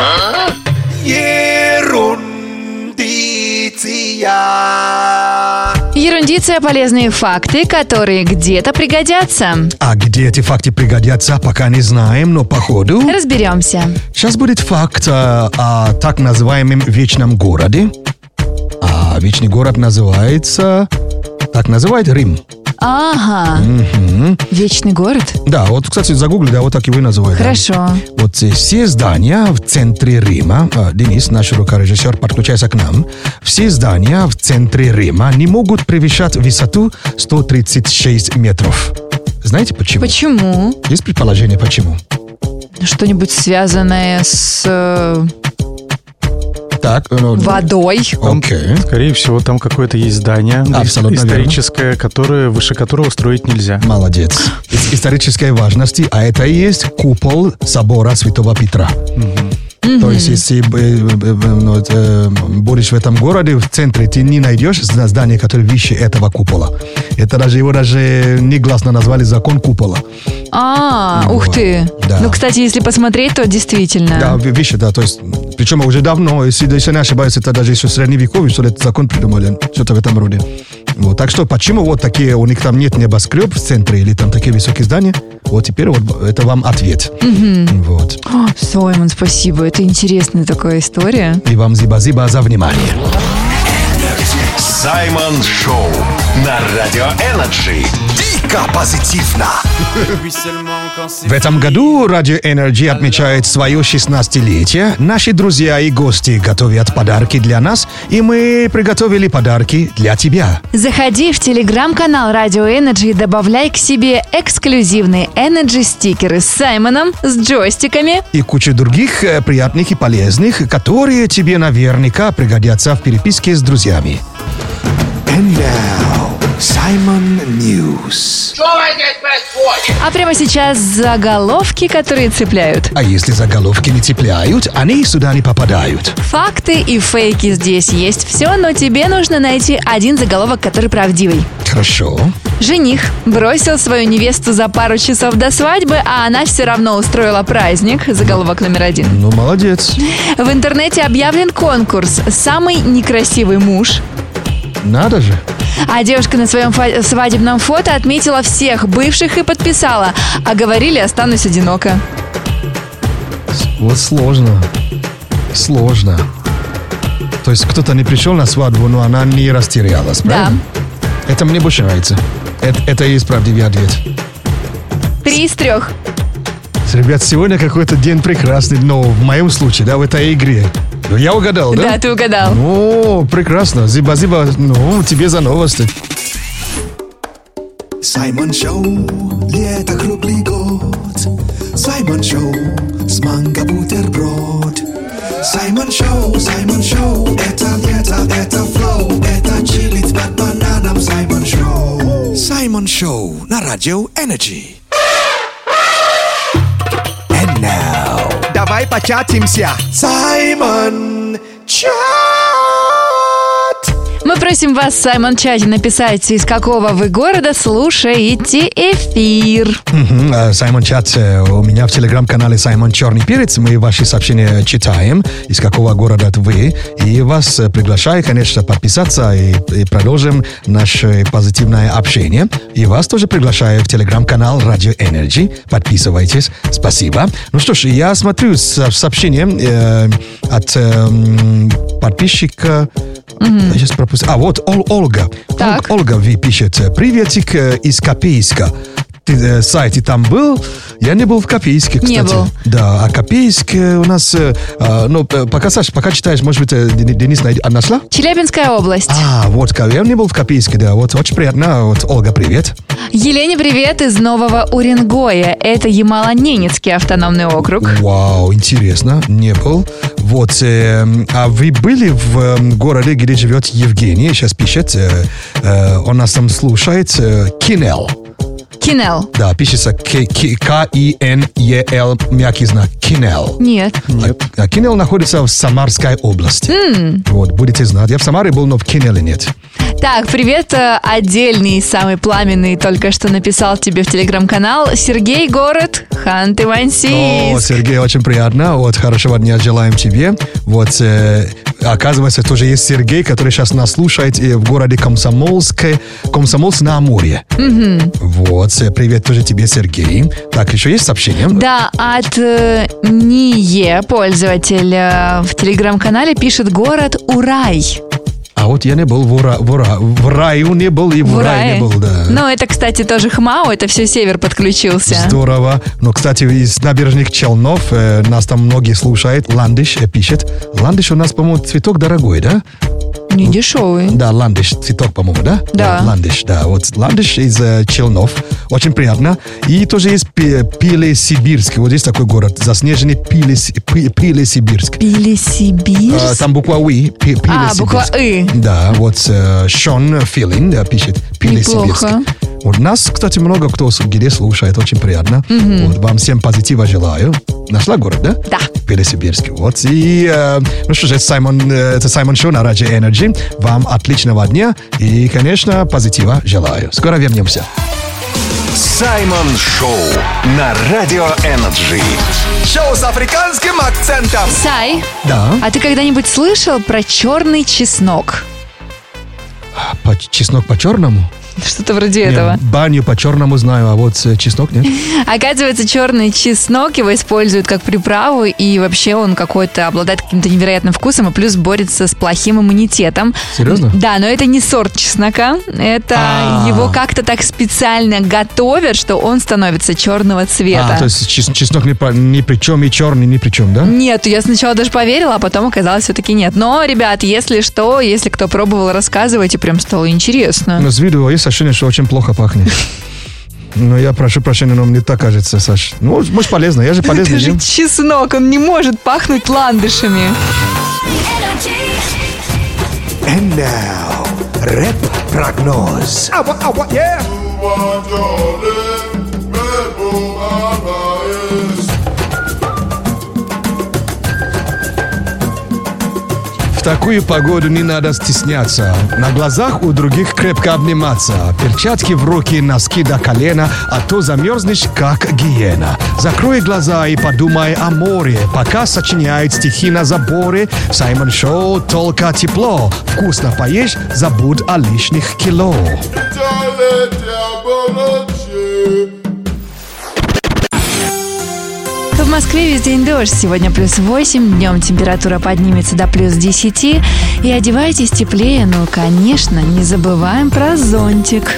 Ерундиция, полезные факты, которые где-то пригодятся. А где эти факты пригодятся, пока не знаем, но походу... Разберемся. Сейчас будет факт о так называемом вечном городе. А вечный город называется... Так называют Рим. Ага. Вечный город? Да, вот, кстати, загугли, да, вот так его и называют. Хорошо. Да. Вот все здания в центре Рима, Денис, наш рукорежиссер, подключайся к нам, все здания в центре Рима не могут превышать высоту 136 метров. Знаете почему? Почему? Есть предположение, почему? Что-нибудь связанное с... Так, водой. Окей. Скорее всего, там какое-то есть здание Абсолютно историческое, выше которого строить нельзя. Молодец. Из исторической важности, а это и есть купол собора Святого Петра. То есть, если будешь в этом городе, в центре, ты не найдешь здание, которое выше этого купола. Его даже негласно назвали закон купола. Ух ты. Да. Ну, кстати, если посмотреть, то действительно. Да, выше, да. То есть, причем уже давно, если не ошибаюсь, это даже еще средневековье, что ли, этот закон придумали. Что-то в этом роде. Вот, так что, почему вот такие, у них там нет небоскреб в центре или там такие высокие здания? Вот теперь вот это вам ответ. Вот. Саймон, спасибо. Это интересная такая история. И вам зиба-зиба за внимание. Саймон Шоу на Радио Энерджи. Дико позитивно. В этом году Радио Энерджи отмечает свое 16-летие. Наши друзья и гости готовят подарки для нас, и мы приготовили подарки для тебя. Заходи в телеграм-канал Радио Энерджи и добавляй к себе эксклюзивные Энерджи-стикеры с Саймоном, с джойстиками. И куча других приятных и полезных, которые тебе наверняка пригодятся в переписке с друзьями. And now, Simon News. А прямо сейчас заголовки, которые цепляют. А если заголовки не цепляют, они сюда не попадают. Факты и фейки здесь есть все, но тебе нужно найти один заголовок, который правдивый. Хорошо. Жених бросил свою невесту за пару часов до свадьбы, а она все равно устроила праздник. Заголовок номер 1. Ну, молодец. В интернете объявлен конкурс «Самый некрасивый муж». Надо же. А девушка на своем свадебном фото отметила всех бывших и подписала: «А говорили, останусь одиноко». Вот сложно. Сложно. То есть кто-то не пришел на свадьбу, но она не растерялась, правильно? Да. Это мне больше нравится. Это и есть правдивый ответ. 3 из 3. Ребят, сегодня какой-то день прекрасный, но в моем случае, да, в этой игре. Я угадал, да? Да, ты угадал. О, прекрасно. Зиба-зиба, тебе за новости. Саймон Шоу, лето круглый год. Саймон Шоу, с манго бутерброд. Саймон Шоу, это лето, это флоу, это чилит под бананом. Саймон Шоу. Саймон Шоу на Радио Энерджи. And now, давай початимся. Саймон Чат. Мы просим вас в Саймон Чате написать, из какого вы города слушаете эфир. Саймон Чат, у меня в телеграм-канале Саймон Черный Перец. Мы ваши сообщения читаем, из какого города вы. И вас приглашаю, конечно, подписаться и продолжим наше позитивное общение. И вас тоже приглашаю в телеграм-канал Радио Энерджи. Подписывайтесь. Спасибо. Ну что ж, я смотрю сообщение от подписчика. Я сейчас пропустил. А вот Ольга. Так. Ольга вы пишет: приветик из Копейска. Ты сайт там был? Я не был в Копейске, кстати. Не был. Да, а Копейск у нас... пока, Саш, пока читаешь, может быть, Денис нашла? Челябинская область. Вот, я не был в Копейске, да. Вот, очень приятно. Вот, Ольга, привет. Елене привет из Нового Уренгоя. Это Ямало-Ненецкий автономный округ. Вау, интересно. Не был. Вот, а вы были в городе, где живет Евгений? Сейчас пишет. Он нас там слушает. Кинел. Кинел. Да, пишется K-I-N-E-L, мягкий знак, Кинел. Нет. А Кинел находится в Самарской области. Вот, будете знать. Я в Самаре был, но в Кинеле нет. Так, привет, отдельный, самый пламенный, только что написал тебе в телеграм-канал Сергей, город Ханты-Мансийск. О, Сергей, очень приятно. Вот, хорошего дня желаем тебе. Вот, оказывается, тоже есть Сергей, который сейчас нас слушает в городе Комсомольск на Амуре. Вот, привет тоже тебе, Сергей. Так, еще есть сообщение? Да, от Ние, пользователь в телеграм-канале, пишет город Урай. А вот я не был в раю не был и в Урае не был, да. Ну, это, кстати, тоже ХМАО, это все север подключился. Здорово. Но, кстати, из набережных Челнов нас там многие слушают. Ландыш пишет. Ландыш у нас, по-моему, цветок дорогой, да? Не дешевый. Да, ландыш, цветок, по-моему, да? Да. Ландыш, да. Вот ландыш из Челнов. Очень приятно. И тоже есть Пилесибирск. Вот есть такой город. Заснеженный Пилесибирск. Пилесибирск? Там буква «и». Буква «и». Да, вот Шон Филин пишет Пилесибирск. Неплохо. Вот нас, кстати, много кто где слушает, очень приятно. Вот, вам всем позитива желаю. Нашла город, да? Да. Пилесибирск. Вот, и, ну что же, это Саймон Шоу на Радио Energy. Вам отличного дня и, конечно, позитива желаю. Скоро вернемся. Саймон Шоу на Радио Energy. Шоу с африканским акцентом. Сай, Да. а ты когда-нибудь слышал про черный чеснок? Чеснок по-черному? Что-то вроде этого. Нет, баню по-черному знаю, а вот чеснок нет. Оказывается, черный чеснок его используют как приправу, и вообще он какой-то обладает каким-то невероятным вкусом, и плюс борется с плохим иммунитетом. Серьезно? Да, но это не сорт чеснока, это его как-то так специально готовят, что он становится черного цвета. То есть чеснок ни при чем, и черный ни при чем, да? Нет, я сначала даже поверила, а потом оказалось все-таки нет. Но, ребят, если что, если кто пробовал, рассказывайте, прям стало интересно. Но с виду есть ощущение, что очень плохо пахнет. Но я прошу прощения, но мне так кажется, Саш. Ну, может, полезно, я же полезный. Это же чеснок, он не может пахнуть ландышами. And now, рэп-прогноз. Yeah. В такую погоду не надо стесняться. На глазах у других крепко обниматься. Перчатки в руки, носки до колена, а то замерзнешь, как гиена. Закрой глаза и подумай о море, пока сочиняет стихи на заборе. В Саймон Шоу только тепло. Вкусно поешь, забудь о лишних кило. В Москве весь день дождь. Сегодня плюс 8, днем температура поднимется до плюс 10. И одевайтесь теплее, ну, конечно, не забываем про зонтик.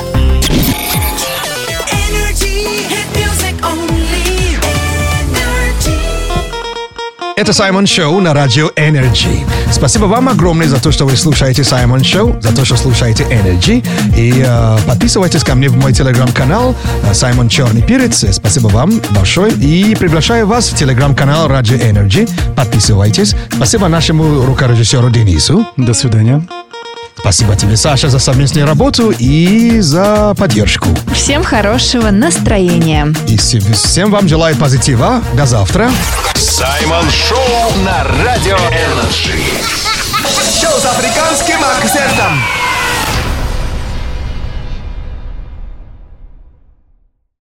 Это Саймон Шоу на Радио Energy. Спасибо вам огромное за то, что вы слушаете Саймон Шоу, за то, что слушаете Energy. И подписывайтесь ко мне в мой телеграм-канал Саймон Черный Перец. Спасибо вам большое. И приглашаю вас в телеграм-канал Радио Energy. Подписывайтесь. Спасибо нашему рукорежиссеру Денису. До свидания. Спасибо тебе, Саша, за совместную работу и за поддержку. Всем хорошего настроения. И всем вам желаю позитива. До завтра. Саймон Шоу на Радио Energy. Шоу с африканским акцентом.